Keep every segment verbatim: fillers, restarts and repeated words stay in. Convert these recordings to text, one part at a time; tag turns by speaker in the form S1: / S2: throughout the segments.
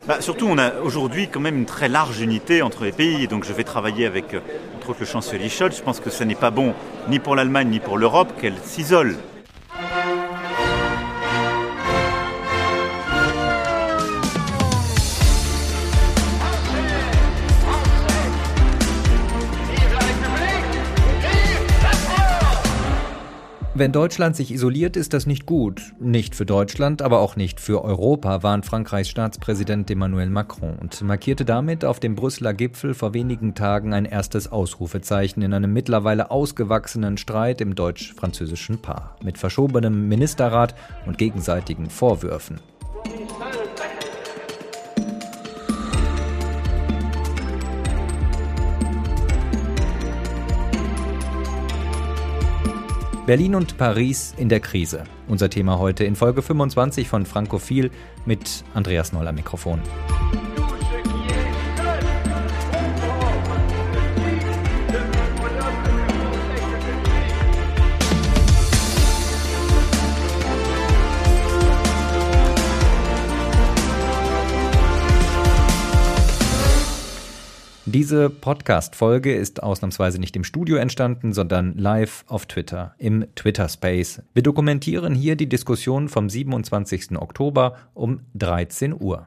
S1: Bah, surtout, on a aujourd'hui quand même une très large unité entre les pays. Donc, je vais travailler avec, euh, entre autres, le chancelier Scholz. Je pense que ce n'est pas bon ni pour l'Allemagne ni pour l'Europe qu'elle s'isole.
S2: Wenn Deutschland sich isoliert, ist das nicht gut. Nicht für Deutschland, aber auch nicht für Europa, warnt Frankreichs Staatspräsident Emmanuel Macron und markierte damit auf dem Brüsseler Gipfel vor wenigen Tagen ein erstes Ausrufezeichen in einem mittlerweile ausgewachsenen Streit im deutsch-französischen Paar. Mit verschobenem Ministerrat und gegenseitigen Vorwürfen. Berlin und Paris in der Krise. Unser Thema heute in Folge fünfundzwanzig von Frankophil mit Andreas Noll am Mikrofon. Diese Podcast-Folge ist ausnahmsweise nicht im Studio entstanden, sondern live auf Twitter, im Twitter-Space. Wir dokumentieren hier die Diskussion vom siebenundzwanzigsten Oktober um dreizehn Uhr.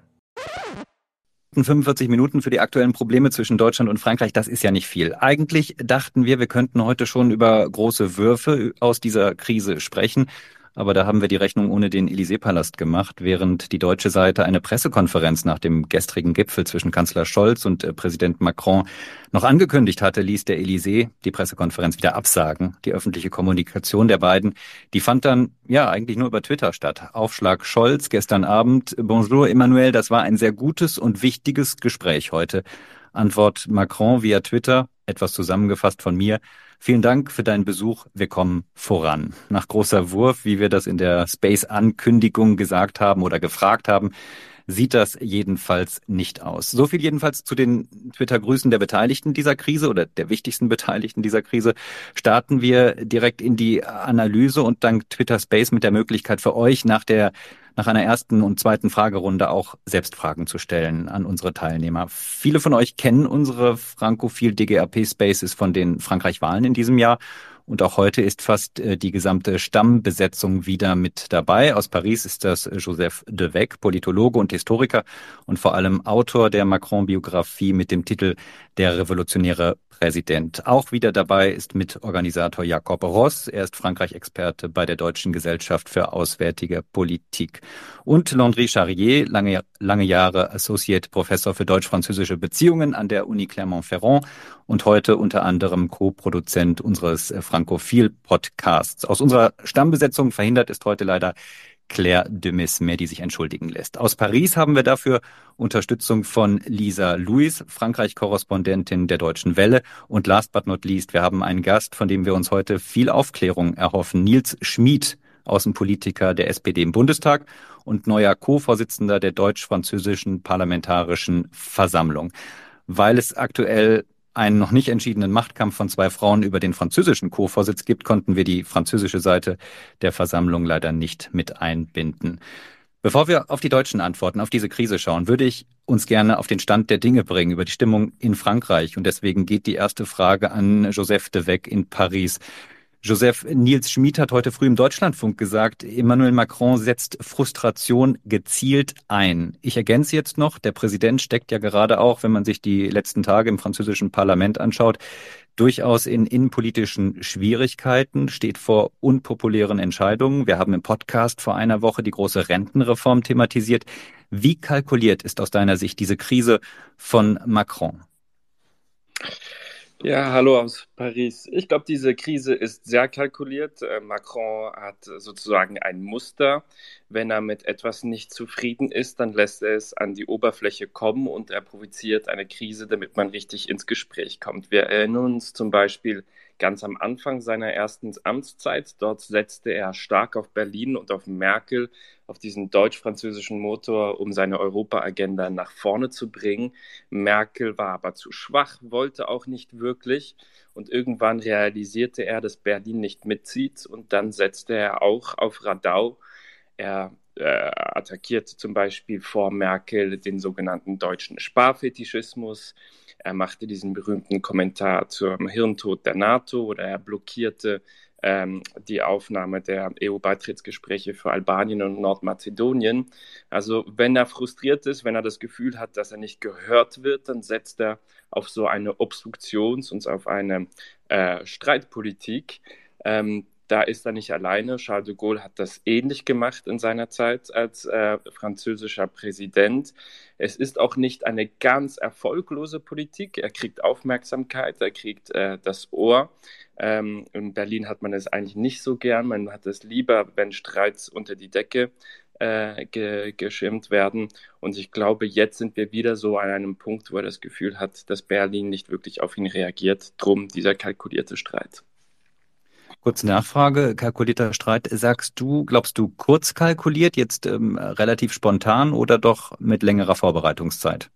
S3: fünfundvierzig Minuten für die aktuellen Probleme zwischen Deutschland und Frankreich, das ist ja nicht viel. Eigentlich dachten wir, wir könnten heute schon über große Würfe aus dieser Krise sprechen. Aber da haben wir die Rechnung ohne den Élysée-Palast gemacht, während die deutsche Seite eine Pressekonferenz nach dem gestrigen Gipfel zwischen Kanzler Scholz und äh, Präsident Macron noch angekündigt hatte, ließ der Élysée die Pressekonferenz wieder absagen. Die öffentliche Kommunikation der beiden, die fand dann ja eigentlich nur über Twitter statt. Aufschlag Scholz gestern Abend: Bonjour Emmanuel, das war ein sehr gutes und wichtiges Gespräch heute. Antwort Macron via Twitter, etwas zusammengefasst von mir: Vielen Dank für deinen Besuch, wir kommen voran. Nach großer Wurf, wie wir das in der Space-Ankündigung gesagt haben oder gefragt haben, sieht das jedenfalls nicht aus. So viel jedenfalls zu den Twitter-Grüßen der Beteiligten dieser Krise oder der wichtigsten Beteiligten dieser Krise. Starten wir direkt in die Analyse und dank Twitter Space mit der Möglichkeit für euch nach der nach einer ersten und zweiten Fragerunde auch selbst Fragen zu stellen an unsere Teilnehmer. Viele von euch kennen unsere Frankophil D G A P Spaces von den Frankreich-Wahlen in diesem Jahr. Und auch heute ist fast äh, die gesamte Stammbesetzung wieder mit dabei. Aus Paris ist das Joseph de Weck, Politologe und Historiker und vor allem Autor der Macron-Biografie mit dem Titel Der revolutionäre Präsident. Auch wieder dabei ist Mitorganisator Jakob Ross. Er ist Frankreich-Experte bei der Deutschen Gesellschaft für Auswärtige Politik. Und Landry Charrier, lange, lange Jahre Associate Professor für deutsch-französische Beziehungen an der Uni Clermont-Ferrand und heute unter anderem Co-Produzent unseres Frankophil-Podcasts. Aus unserer Stammbesetzung verhindert ist heute leider Claire de Mesmer, die sich entschuldigen lässt. Aus Paris haben wir dafür Unterstützung von Lisa Louis, Frankreich-Korrespondentin der Deutschen Welle. Und last but not least, wir haben einen Gast, von dem wir uns heute viel Aufklärung erhoffen. Nils Schmid, Außenpolitiker der S P D im Bundestag und neuer Co-Vorsitzender der deutsch-französischen Parlamentarischen Versammlung. Weil es aktuell einen noch nicht entschiedenen Machtkampf von zwei Frauen über den französischen Co-Vorsitz gibt, konnten wir die französische Seite der Versammlung leider nicht mit einbinden. Bevor wir auf die deutschen Antworten auf diese Krise schauen, würde ich uns gerne auf den Stand der Dinge bringen, über die Stimmung in Frankreich. Und deswegen geht die erste Frage an Joseph de Weck in Paris. Joseph, Nils Schmid hat heute früh im Deutschlandfunk gesagt, Emmanuel Macron setzt Frustration gezielt ein. Ich ergänze jetzt noch, der Präsident steckt ja gerade auch, wenn man sich die letzten Tage im französischen Parlament anschaut, durchaus in innenpolitischen Schwierigkeiten, steht vor unpopulären Entscheidungen. Wir haben im Podcast vor einer Woche die große Rentenreform thematisiert. Wie kalkuliert ist aus deiner Sicht diese Krise von Macron?
S4: Ja, hallo aus Paris. Ich glaube, diese Krise ist sehr kalkuliert. Äh, Macron hat sozusagen ein Muster. Wenn er mit etwas nicht zufrieden ist, dann lässt er es an die Oberfläche kommen und er provoziert eine Krise, damit man richtig ins Gespräch kommt. Wir erinnern uns zum Beispiel ganz am Anfang seiner ersten Amtszeit. Dort setzte er stark auf Berlin und auf Merkel, auf diesen deutsch-französischen Motor, um seine Europa-Agenda nach vorne zu bringen. Merkel war aber zu schwach, wollte auch nicht wirklich. Und irgendwann realisierte er, dass Berlin nicht mitzieht. Und dann setzte er auch auf Radau. Er äh, attackierte zum Beispiel vor Merkel den sogenannten deutschen Sparfetischismus. Er machte diesen berühmten Kommentar zum Hirntod der NATO oder er blockierte ähm, die Aufnahme der E U-Beitrittsgespräche für Albanien und Nordmazedonien. Also wenn er frustriert ist, wenn er das Gefühl hat, dass er nicht gehört wird, dann setzt er auf so eine Obstruktions- und auf eine äh, Streitpolitik. Ähm, Da ist er nicht alleine. Charles de Gaulle hat das ähnlich gemacht in seiner Zeit als äh, französischer Präsident. Es ist auch nicht eine ganz erfolglose Politik. Er kriegt Aufmerksamkeit, er kriegt äh, das Ohr. Ähm, in Berlin hat man es eigentlich nicht so gern. Man hat es lieber, wenn Streits unter die Decke äh, ge- geschirmt werden. Und ich glaube, jetzt sind wir wieder so an einem Punkt, wo er das Gefühl hat, dass Berlin nicht wirklich auf ihn reagiert. Drum dieser kalkulierte Streit.
S3: Kurze Nachfrage, kalkulierter Streit. Sagst du, glaubst du kurz kalkuliert, jetzt ähm, relativ spontan oder doch mit längerer Vorbereitungszeit?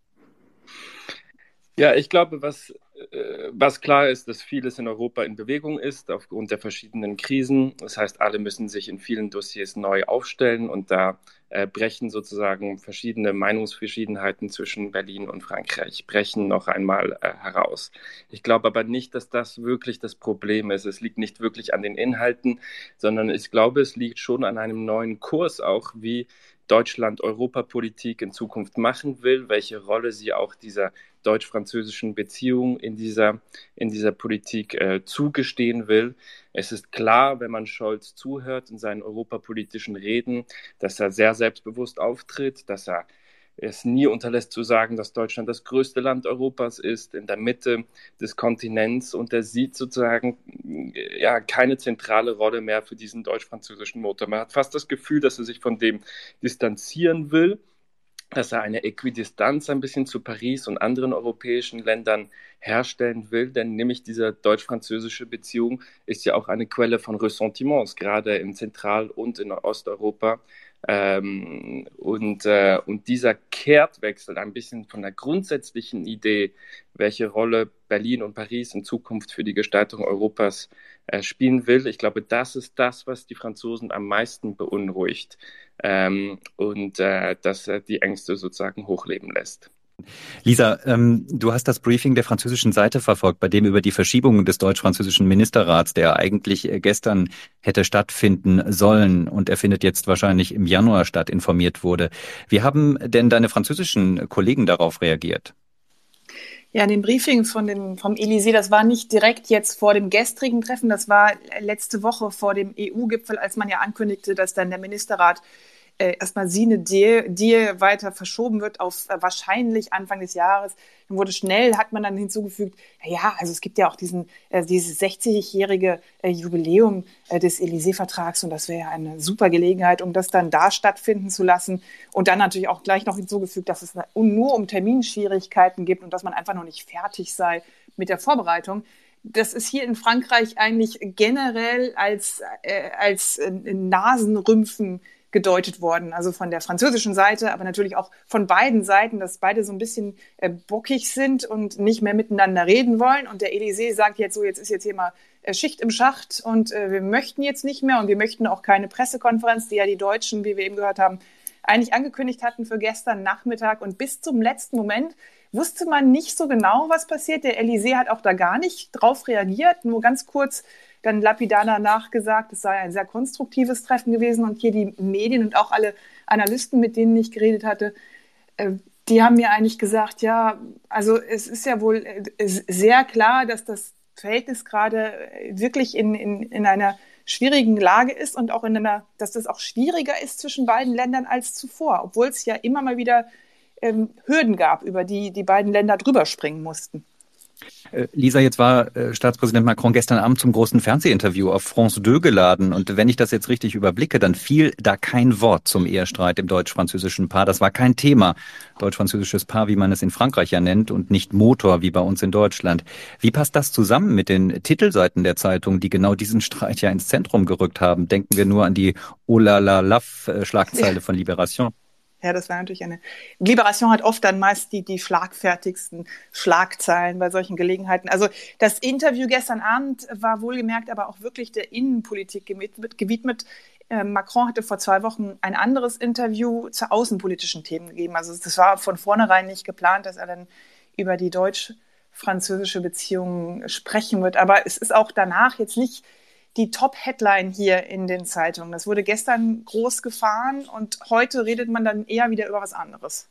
S4: Ja, ich glaube, was, äh, was klar ist, dass vieles in Europa in Bewegung ist, aufgrund der verschiedenen Krisen. Das heißt, alle müssen sich in vielen Dossiers neu aufstellen und da äh, brechen sozusagen verschiedene Meinungsverschiedenheiten zwischen Berlin und Frankreich, brechen noch einmal äh, heraus. Ich glaube aber nicht, dass das wirklich das Problem ist. Es liegt nicht wirklich an den Inhalten, sondern ich glaube, es liegt schon an einem neuen Kurs auch, wie Deutschland Europapolitik in Zukunft machen will, welche Rolle sie auch dieser deutsch-französischen Beziehung in dieser, in dieser Politik äh, zugestehen will. Es ist klar, wenn man Scholz zuhört in seinen europapolitischen Reden, dass er sehr selbstbewusst auftritt, dass er es nie unterlässt zu sagen, dass Deutschland das größte Land Europas ist, in der Mitte des Kontinents, und er sieht sozusagen ja keine zentrale Rolle mehr für diesen deutsch-französischen Motor. Man hat fast das Gefühl, dass er sich von dem distanzieren will, dass er eine Äquidistanz ein bisschen zu Paris und anderen europäischen Ländern herstellen will, denn nämlich diese deutsch-französische Beziehung ist ja auch eine Quelle von Ressentiments, gerade in Zentral- und in Osteuropa. Ähm, und, äh, und dieser Kehrtwechsel ein bisschen von der grundsätzlichen Idee, welche Rolle Berlin und Paris in Zukunft für die Gestaltung Europas äh, spielen will, ich glaube, das ist das, was die Franzosen am meisten beunruhigt ähm, und äh, das äh, die Ängste sozusagen hochleben lässt.
S3: Lisa, ähm, du hast das Briefing der französischen Seite verfolgt, bei dem über die Verschiebung des deutsch-französischen Ministerrats, der eigentlich gestern hätte stattfinden sollen und er findet jetzt wahrscheinlich im Januar statt, informiert wurde. Wie haben denn deine französischen Kollegen darauf reagiert?
S5: Ja, in dem Briefing von dem, vom Élysée, das war nicht direkt jetzt vor dem gestrigen Treffen, das war letzte Woche vor dem E U-Gipfel, als man ja ankündigte, dass dann der Ministerrat äh, erstmal sine die, die weiter verschoben wird auf äh, wahrscheinlich Anfang des Jahres. Dann wurde schnell, hat man dann hinzugefügt, ja, also es gibt ja auch diesen, äh, dieses sechzigjährige äh, Jubiläum äh, des Élysée-Vertrags und das wäre ja eine super Gelegenheit, um das dann da stattfinden zu lassen. Und dann natürlich auch gleich noch hinzugefügt, dass es nur um Terminschwierigkeiten gibt und dass man einfach noch nicht fertig sei mit der Vorbereitung. Das ist hier in Frankreich eigentlich generell als, äh, als äh, Nasenrümpfen gedeutet worden, also von der französischen Seite, aber natürlich auch von beiden Seiten, dass beide so ein bisschen äh, bockig sind und nicht mehr miteinander reden wollen. Und der Élysée sagt jetzt so, jetzt ist jetzt hier mal äh, Schicht im Schacht und äh, wir möchten jetzt nicht mehr und wir möchten auch keine Pressekonferenz, die ja die Deutschen, wie wir eben gehört haben, eigentlich angekündigt hatten für gestern Nachmittag. Und bis zum letzten Moment wusste man nicht so genau, was passiert. Der Élysée hat auch da gar nicht drauf reagiert, nur ganz kurz dann lapidar danach gesagt, es sei ein sehr konstruktives Treffen gewesen. Und hier die Medien und auch alle Analysten, mit denen ich geredet hatte, äh, die haben mir eigentlich gesagt, ja, also es ist ja wohl äh, sehr klar, dass das Verhältnis gerade wirklich in, in, in einer schwierigen Lage ist und auch in einer, dass das auch schwieriger ist zwischen beiden Ländern als zuvor, obwohl es ja immer mal wieder ähm, Hürden gab, über die die beiden Länder drüber springen mussten.
S3: Lisa, jetzt war äh, Staatspräsident Macron gestern Abend zum großen Fernsehinterview auf France zwei geladen. Und wenn ich das jetzt richtig überblicke, dann fiel da kein Wort zum Ehestreit im deutsch-französischen Paar. Das war kein Thema. Deutsch-französisches Paar, wie man es in Frankreich ja nennt, und nicht Motor, wie bei uns in Deutschland. Wie passt das zusammen mit den Titelseiten der Zeitung, die genau diesen Streit ja ins Zentrum gerückt haben? Denken wir nur an die Oh la la Love-Schlagzeile ja. von Libération.
S5: Ja, das war natürlich eine... Libération hat oft dann meist die, die schlagfertigsten Schlagzeilen bei solchen Gelegenheiten. Also das Interview gestern Abend war wohlgemerkt aber auch wirklich der Innenpolitik gewidmet. Macron hatte vor zwei Wochen ein anderes Interview zu außenpolitischen Themen gegeben. Also das war von vornherein nicht geplant, dass er dann über die deutsch-französische Beziehung sprechen wird. Aber es ist auch danach jetzt nicht die Top-Headline hier in den Zeitungen. Das wurde gestern groß gefahren und heute redet man dann eher wieder über was anderes.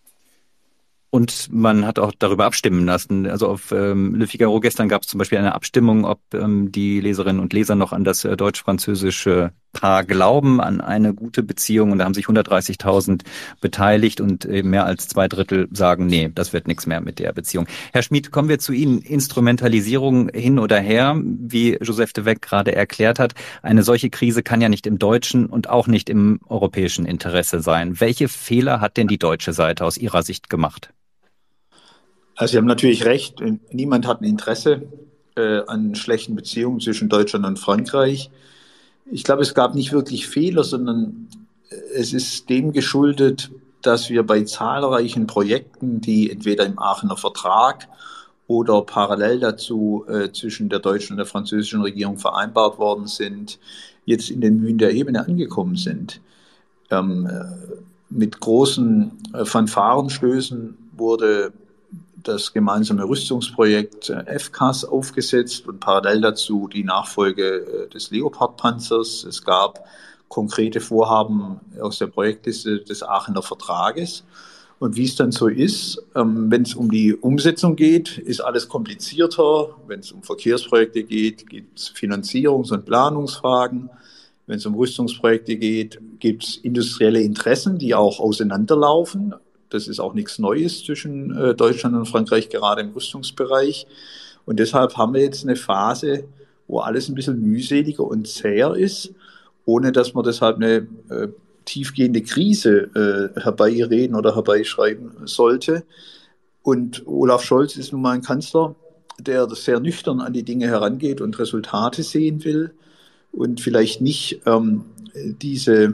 S3: Und man hat auch darüber abstimmen lassen. Also auf ähm, Le Figaro gestern gab es zum Beispiel eine Abstimmung, ob ähm, die Leserinnen und Leser noch an das äh, deutsch-französische Paar glauben, an eine gute Beziehung. Und da haben sich hundertdreißigtausend beteiligt und äh, mehr als zwei Drittel sagen, nee, das wird nichts mehr mit der Beziehung. Herr Schmid, kommen wir zu Ihnen. Instrumentalisierung hin oder her, wie Joseph de Weck gerade erklärt hat. Eine solche Krise kann ja nicht im deutschen und auch nicht im europäischen Interesse sein. Welche Fehler hat denn die deutsche Seite aus Ihrer Sicht gemacht?
S6: Also Sie haben natürlich recht, niemand hat ein Interesse äh, an schlechten Beziehungen zwischen Deutschland und Frankreich. Ich glaube, es gab nicht wirklich Fehler, sondern es ist dem geschuldet, dass wir bei zahlreichen Projekten, die entweder im Aachener Vertrag oder parallel dazu äh, zwischen der deutschen und der französischen Regierung vereinbart worden sind, jetzt in den Mühen der Ebene angekommen sind. Ähm, äh, mit großen äh, Fanfarenstößen wurde das gemeinsame Rüstungsprojekt F C A S aufgesetzt und parallel dazu die Nachfolge des Leopard-Panzers. Es gab konkrete Vorhaben aus der Projektliste des Aachener Vertrages. Und wie es dann so ist, ähm, wenn es um die Umsetzung geht, ist alles komplizierter. Wenn es um Verkehrsprojekte geht, gibt es Finanzierungs- und Planungsfragen. Wenn es um Rüstungsprojekte geht, gibt es industrielle Interessen, die auch auseinanderlaufen. Das ist auch nichts Neues zwischen äh, Deutschland und Frankreich, gerade im Rüstungsbereich. Und deshalb haben wir jetzt eine Phase, wo alles ein bisschen mühseliger und zäher ist, ohne dass man deshalb eine äh, tiefgehende Krise äh, herbeireden oder herbeischreiben sollte. Und Olaf Scholz ist nun mal ein Kanzler, der sehr nüchtern an die Dinge herangeht und Resultate sehen will und vielleicht nicht ähm, diese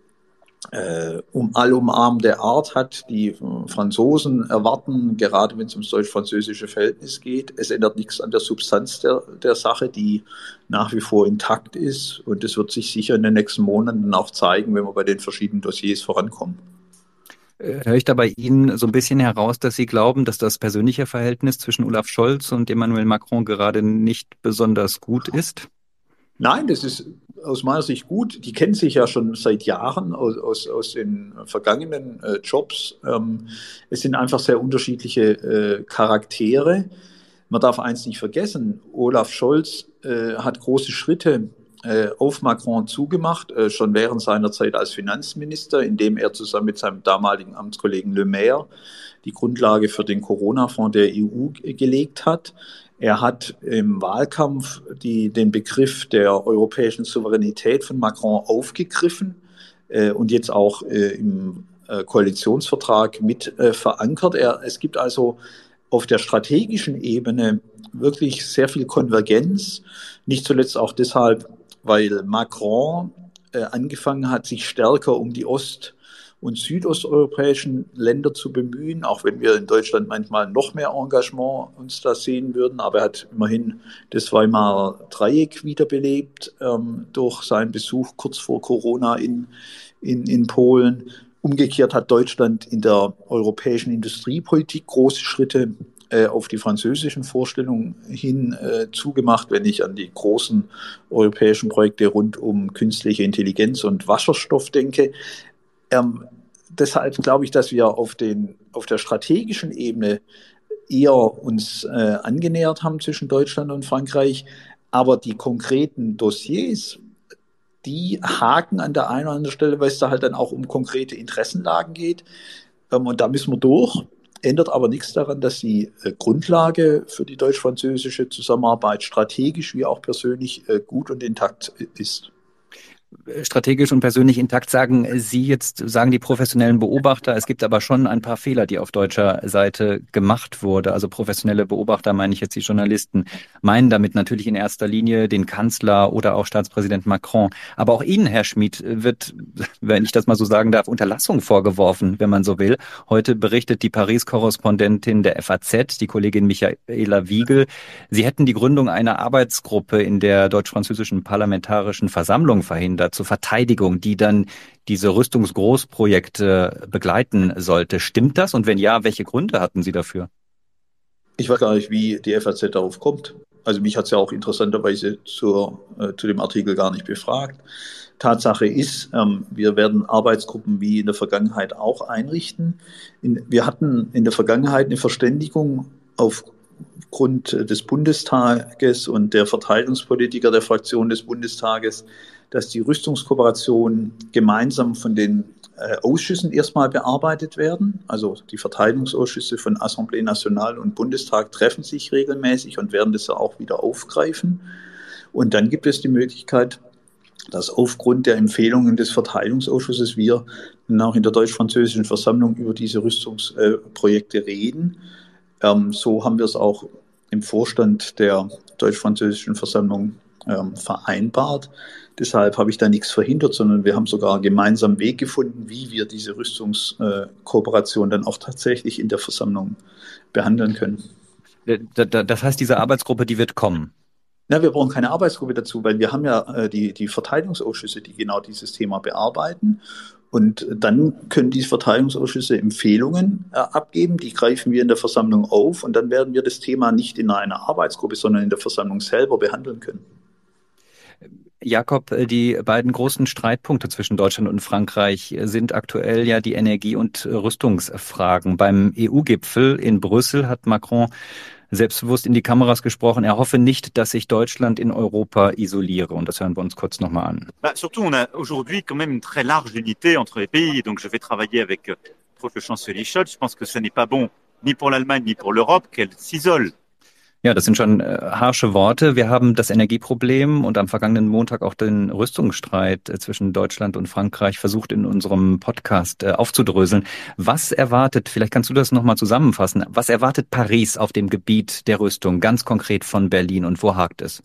S6: Äh, um allumarmende Art hat, die Franzosen erwarten, gerade wenn es ums deutsch-französische Verhältnis geht. Es ändert nichts an der Substanz der, der Sache, die nach wie vor intakt ist. Und das wird sich sicher in den nächsten Monaten auch zeigen, wenn wir bei den verschiedenen Dossiers vorankommen.
S3: Höre ich da bei Ihnen so ein bisschen heraus, dass Sie glauben, dass das persönliche Verhältnis zwischen Olaf Scholz und Emmanuel Macron gerade nicht besonders gut ist?
S6: Nein, das ist aus meiner Sicht gut. Die kennen sich ja schon seit Jahren aus, aus, aus den vergangenen äh, Jobs. Ähm, es sind einfach sehr unterschiedliche äh, Charaktere. Man darf eins nicht vergessen, Olaf Scholz äh, hat große Schritte äh, auf Macron zugemacht, äh, schon während seiner Zeit als Finanzminister, indem er zusammen mit seinem damaligen Amtskollegen Le Maire die Grundlage für den Corona-Fonds der E U g- gelegt hat. Er hat im Wahlkampf die, den Begriff der europäischen Souveränität von Macron aufgegriffen äh, und jetzt auch äh, im äh, Koalitionsvertrag mit äh, verankert. Er, es gibt also auf der strategischen Ebene wirklich sehr viel Konvergenz, nicht zuletzt auch deshalb, weil Macron äh, angefangen hat, sich stärker um die Ost- und südosteuropäischen Länder zu bemühen, auch wenn wir in Deutschland manchmal noch mehr Engagement uns da sehen würden. Aber er hat immerhin das Weimarer Dreieck wiederbelebt ähm, durch seinen Besuch kurz vor Corona in, in, in Polen. Umgekehrt hat Deutschland in der europäischen Industriepolitik große Schritte äh, auf die französischen Vorstellungen hin äh, zugemacht, wenn ich an die großen europäischen Projekte rund um künstliche Intelligenz und Wasserstoff denke. Ähm, deshalb glaube ich, dass wir auf, den, auf der strategischen Ebene eher uns äh, angenähert haben zwischen Deutschland und Frankreich. Aber die konkreten Dossiers, die haken an der einen oder anderen Stelle, weil es da halt dann auch um konkrete Interessenlagen geht. Ähm, und da müssen wir durch. Ändert aber nichts daran, dass die äh, Grundlage für die deutsch-französische Zusammenarbeit strategisch wie auch persönlich äh, gut und intakt ist.
S3: Strategisch und persönlich intakt sagen Sie jetzt, sagen die professionellen Beobachter. Es gibt aber schon ein paar Fehler, die auf deutscher Seite gemacht wurde. Also professionelle Beobachter, meine ich jetzt die Journalisten, meinen damit natürlich in erster Linie den Kanzler oder auch Staatspräsident Macron. Aber auch Ihnen, Herr Schmid, wird, wenn ich das mal so sagen darf, Unterlassung vorgeworfen, wenn man so will. Heute berichtet die Paris-Korrespondentin der F A Z, die Kollegin Michaela Wiegel, sie hätten die Gründung einer Arbeitsgruppe in der deutsch-französischen Parlamentarischen Versammlung verhindert. oder zur Verteidigung, die dann diese Rüstungsgroßprojekte begleiten sollte. Stimmt das? Und wenn ja, welche Gründe hatten Sie dafür?
S6: Ich weiß gar nicht, wie die F A Z darauf kommt. Also mich hat es ja auch interessanterweise zur, äh, zu dem Artikel gar nicht befragt. Tatsache ist, ähm, wir werden Arbeitsgruppen wie in der Vergangenheit auch einrichten. In, wir hatten in der Vergangenheit eine Verständigung aufgrund des Bundestages und der Verteidigungspolitiker der Fraktion des Bundestages, dass die Rüstungskooperationen gemeinsam von den äh, Ausschüssen erstmal bearbeitet werden. Also die Verteidigungsausschüsse von Assemblée Nationale und Bundestag treffen sich regelmäßig und werden das auch wieder aufgreifen. Und dann gibt es die Möglichkeit, dass aufgrund der Empfehlungen des Verteidigungsausschusses wir auch in der deutsch-französischen Versammlung über diese Rüstungsprojekte reden. Ähm, so haben wir es auch im Vorstand der deutsch-französischen Versammlung ähm, vereinbart. Deshalb habe ich da nichts verhindert, sondern wir haben sogar gemeinsam einen Weg gefunden, wie wir diese Rüstungskooperation dann auch tatsächlich in der Versammlung behandeln können.
S3: Das heißt, diese Arbeitsgruppe, die wird kommen?
S6: Na, wir brauchen keine Arbeitsgruppe dazu, weil wir haben ja äh, die, die Verteidigungsausschüsse, die genau dieses Thema bearbeiten. Und dann können diese Verteidigungsausschüsse Empfehlungen äh, abgeben, die greifen wir in der Versammlung auf und dann werden wir das Thema nicht in einer Arbeitsgruppe, sondern in der Versammlung selber behandeln können.
S3: Jakob, die beiden großen Streitpunkte zwischen Deutschland und Frankreich sind aktuell ja die Energie- und Rüstungsfragen. Beim E U-Gipfel in Brüssel hat Macron selbstbewusst in die Kameras gesprochen. Er hoffe nicht, dass sich Deutschland in Europa isoliere. Und das hören wir uns kurz nochmal an.
S1: Bah, surtout, on a aujourd'hui quand même une très large unité entre les pays. Donc, je vais travailler avec euh, le chancelier Scholz. Je pense que ce n'est pas bon ni pour l'Allemagne ni pour l'Europe qu'elle s'isole.
S3: Ja, das sind schon äh, harsche Worte. Wir haben das Energieproblem und am vergangenen Montag auch den Rüstungsstreit äh, zwischen Deutschland und Frankreich versucht in unserem Podcast äh, aufzudröseln. Was erwartet, vielleicht kannst du das nochmal zusammenfassen, was erwartet Paris auf dem Gebiet der Rüstung ganz konkret von Berlin und wo hakt es?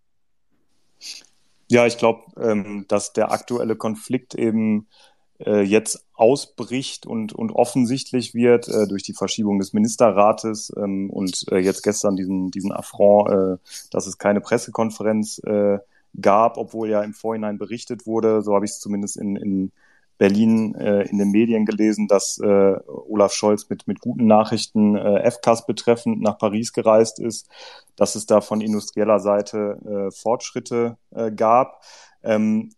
S7: Ja, ich glaube, ähm, dass der aktuelle Konflikt eben äh, jetzt ausbricht und, und offensichtlich wird äh, durch die Verschiebung des Ministerrates ähm, und äh, jetzt gestern diesen, diesen Affront, äh, dass es keine Pressekonferenz äh, gab, obwohl ja im Vorhinein berichtet wurde, so habe ich es zumindest in, in Berlin äh, in den Medien gelesen, dass äh, Olaf Scholz mit, mit guten Nachrichten äh, F C A S betreffend nach Paris gereist ist, dass es da von industrieller Seite äh, Fortschritte äh, gab. Ähm,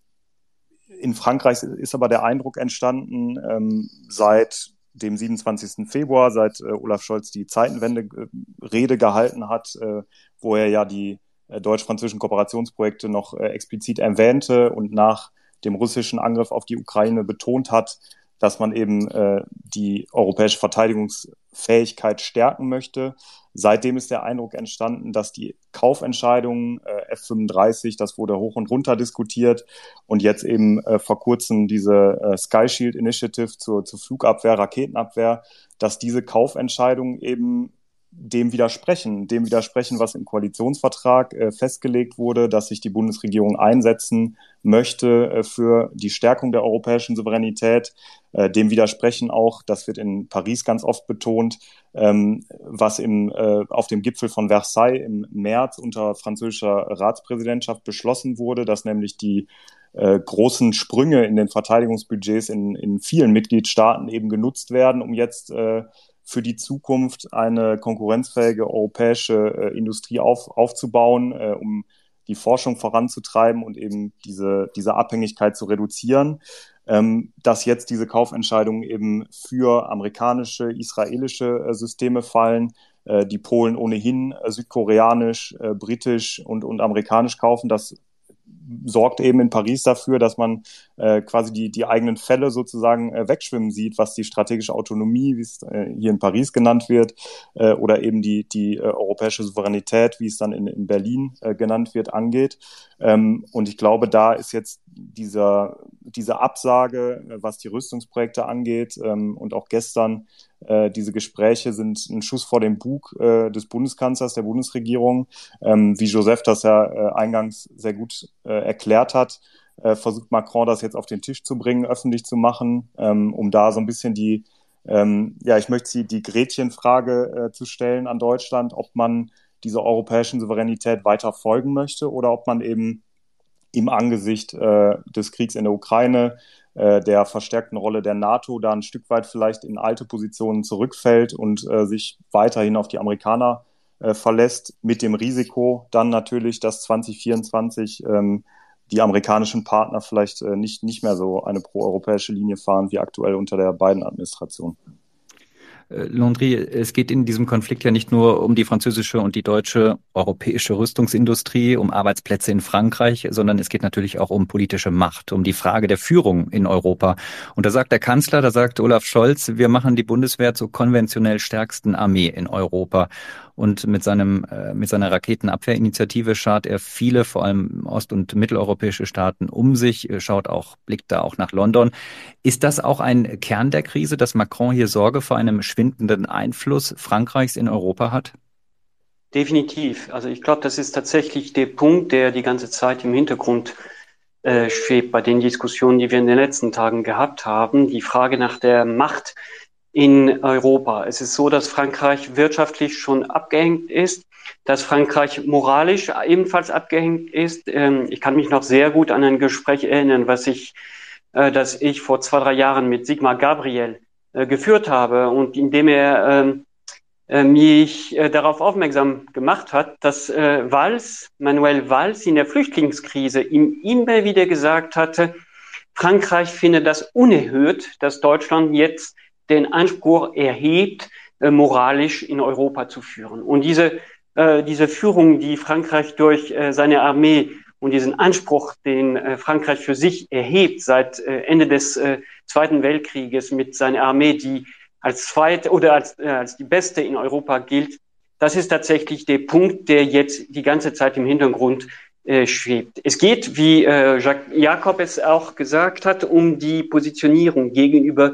S7: In Frankreich ist aber der Eindruck entstanden, ähm, seit dem siebenundzwanzigsten Februar, seit äh, Olaf Scholz die Zeitenwende-Rede gehalten hat, äh, wo er ja die äh, deutsch-französischen Kooperationsprojekte noch äh, explizit erwähnte und nach dem russischen Angriff auf die Ukraine betont hat, dass man eben äh, die europäische Verteidigungsfähigkeit stärken möchte. Seitdem ist der Eindruck entstanden, dass die Kaufentscheidungen äh, F fünfunddreißig, das wurde hoch und runter diskutiert und jetzt eben äh, vor kurzem diese äh, Sky Shield Initiative zur, zur Flugabwehr, Raketenabwehr, dass diese Kaufentscheidungen eben dem widersprechen, dem widersprechen, was im Koalitionsvertrag äh, festgelegt wurde, dass sich die Bundesregierung einsetzen möchte äh, für die Stärkung der europäischen Souveränität. Äh, dem widersprechen auch, das wird in Paris ganz oft betont, ähm, was im, äh, auf dem Gipfel von Versailles im März unter französischer Ratspräsidentschaft beschlossen wurde, dass nämlich die äh, großen Sprünge in den Verteidigungsbudgets in, in vielen Mitgliedstaaten eben genutzt werden, um jetzt äh, für die Zukunft eine konkurrenzfähige europäische äh, Industrie auf, aufzubauen, äh, um die Forschung voranzutreiben und eben diese, diese Abhängigkeit zu reduzieren. Ähm, dass jetzt diese Kaufentscheidungen eben für amerikanische, israelische äh, Systeme fallen, äh, die Polen ohnehin äh, südkoreanisch, äh, britisch und, und amerikanisch kaufen, das sorgt eben in Paris dafür, dass man äh, quasi die, die eigenen Fälle sozusagen äh, wegschwimmen sieht, was die strategische Autonomie, wie es äh, hier in Paris genannt wird, äh, oder eben die, die äh, europäische Souveränität, wie es dann in, in Berlin äh, genannt wird, angeht. Ähm, und ich glaube, da ist jetzt dieser, diese Absage, äh, was die Rüstungsprojekte angeht, ähm, und auch gestern äh, diese Gespräche sind ein Schuss vor dem Bug äh, des Bundeskanzlers, der Bundesregierung, ähm, wie Joseph das ja äh, eingangs sehr gut äh, erklärt hat, äh, versucht Macron das jetzt auf den Tisch zu bringen, öffentlich zu machen, ähm, um da so ein bisschen die, ähm, ja, ich möchte sie die Gretchenfrage äh, zu stellen an Deutschland, ob man dieser europäischen Souveränität weiter folgen möchte oder ob man eben im Angesicht äh, des Kriegs in der Ukraine, äh, der verstärkten Rolle der NATO, da ein Stück weit vielleicht in alte Positionen zurückfällt und äh, sich weiterhin auf die Amerikaner äh, verlässt, mit dem Risiko dann natürlich, dass zwanzig vierundzwanzig ähm, die amerikanischen Partner vielleicht äh, nicht, nicht mehr so eine proeuropäische Linie fahren wie aktuell unter der Biden-Administration.
S3: Landry, es geht in diesem Konflikt ja nicht nur um die französische und die deutsche europäische Rüstungsindustrie, um Arbeitsplätze in Frankreich, sondern es geht natürlich auch um politische Macht, um die Frage der Führung in Europa. Und da sagt der Kanzler, da sagt Olaf Scholz, wir machen die Bundeswehr zur konventionell stärksten Armee in Europa. Und mit seinem, äh, mit seiner Raketenabwehrinitiative schaut er viele, vor allem ost- und mitteleuropäische Staaten um sich, schaut auch, blickt da auch nach London. Ist das auch ein Kern der Krise, dass Macron hier Sorge vor einem schwindenden Einfluss Frankreichs in Europa hat?
S8: Definitiv. Also ich glaube, das ist tatsächlich der Punkt, der die ganze Zeit im Hintergrund äh, schwebt bei den Diskussionen, die wir in den letzten Tagen gehabt haben. Die Frage nach der Macht in Europa. Es ist so, dass Frankreich wirtschaftlich schon abgehängt ist, dass Frankreich moralisch ebenfalls abgehängt ist. Ähm, ich kann mich noch sehr gut an ein Gespräch erinnern, was ich, äh, das ich vor zwei, drei Jahren mit Sigmar Gabriel äh, geführt habe und in dem er äh, mich äh, darauf aufmerksam gemacht hat, dass äh, Valls, Manuel Valls in der Flüchtlingskrise ihm immer wieder gesagt hatte, Frankreich finde das unerhört, dass Deutschland jetzt den Anspruch erhebt, äh, moralisch in Europa zu führen. Und diese, äh, diese Führung, die Frankreich durch äh, seine Armee und diesen Anspruch, den äh, Frankreich für sich erhebt seit äh, Ende des äh, Zweiten Weltkrieges mit seiner Armee, die als zweite oder als, äh, als die beste in Europa gilt, das ist tatsächlich der Punkt, der jetzt die ganze Zeit im Hintergrund äh, schwebt. Es geht, wie äh, Jacques Jacob es auch gesagt hat, um die Positionierung gegenüber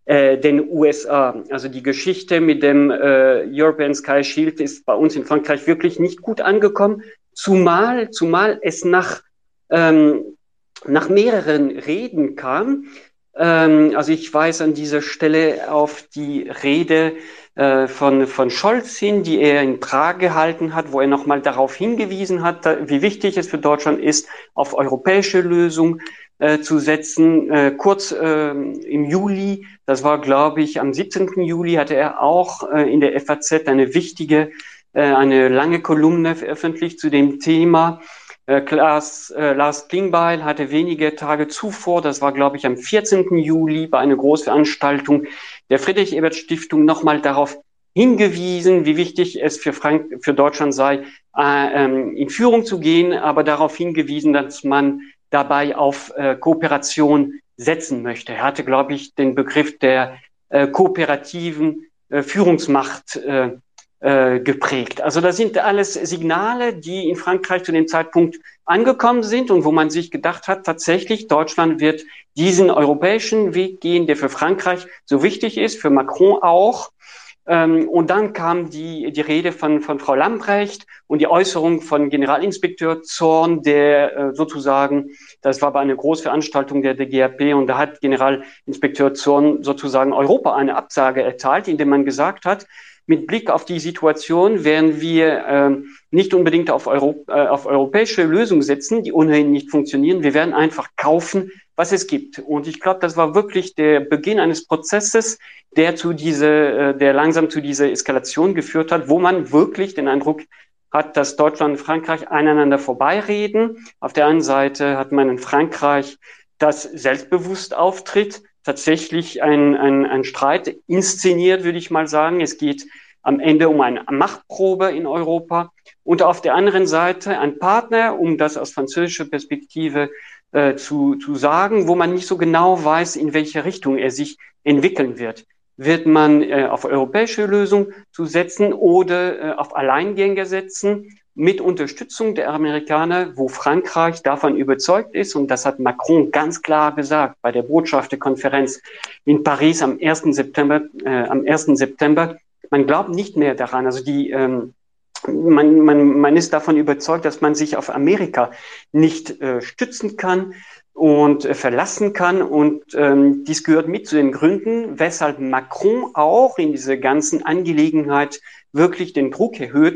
S8: den U S A. Also die Geschichte mit dem äh, European Sky Shield ist bei uns in Frankreich wirklich nicht gut angekommen, zumal, zumal es nach, ähm, nach mehreren Reden kam. Ähm, also ich weise an dieser Stelle auf die Rede äh, von, von Scholz hin, die er in Prag gehalten hat, wo er nochmal darauf hingewiesen hat, wie wichtig es für Deutschland ist, auf europäische Lösungen zu setzen. Äh, kurz äh, im Juli, das war, glaube ich, am siebzehnten Juli, hatte er auch äh, in der F A Z eine wichtige, äh, eine lange Kolumne veröffentlicht zu dem Thema. Äh, Klaas, äh, Lars Klingbeil hatte wenige Tage zuvor, das war, glaube ich, am vierzehnten Juli, bei einer Großveranstaltung der Friedrich-Ebert-Stiftung nochmal darauf hingewiesen, wie wichtig es für Frank für Deutschland sei, äh, ähm, in Führung zu gehen, aber darauf hingewiesen, dass man dabei auf äh, Kooperation setzen möchte. Er hatte, glaube ich, den Begriff der äh, kooperativen äh, Führungsmacht äh, äh, geprägt. Also das sind alles Signale, die in Frankreich zu dem Zeitpunkt angekommen sind und wo man sich gedacht hat, tatsächlich, Deutschland wird diesen europäischen Weg gehen, der für Frankreich so wichtig ist, für Macron auch. Ähm, und dann kam die, die Rede von, von Frau Lambrecht und die Äußerung von Generalinspekteur Zorn, der äh, sozusagen, das war bei einer Großveranstaltung der D G A P und da hat Generalinspekteur Zorn sozusagen Europa eine Absage erteilt, indem man gesagt hat, mit Blick auf die Situation werden wir äh, nicht unbedingt auf, Euro, äh, auf europäische Lösungen setzen, die ohnehin nicht funktionieren. Wir werden einfach kaufen, was es gibt. Und ich glaube, das war wirklich der Beginn eines Prozesses, der zu diese, der langsam zu dieser Eskalation geführt hat, wo man wirklich den Eindruck hat, dass Deutschland und Frankreich aneinander vorbeireden. Auf der einen Seite hat man in Frankreich, das selbstbewusst auftritt, tatsächlich ein, ein, ein Streit inszeniert, würde ich mal sagen. Es geht am Ende um eine Machtprobe in Europa. Und auf der anderen Seite ein Partner, um das aus französischer Perspektive äh, zu, zu sagen, wo man nicht so genau weiß, in welche Richtung er sich entwickeln wird. Wird man äh, auf europäische Lösungen zu setzen oder äh, auf Alleingänge setzen mit Unterstützung der Amerikaner, wo Frankreich davon überzeugt ist, und das hat Macron ganz klar gesagt bei der Botschafterkonferenz in Paris am ersten September, äh, am ersten September, man glaubt nicht mehr daran, also die, ähm, man, man, man ist davon überzeugt, dass man sich auf Amerika nicht äh, stützen kann und äh, verlassen kann. Und ähm, dies gehört mit zu den Gründen, weshalb Macron auch in dieser ganzen Angelegenheit wirklich den Druck erhöht,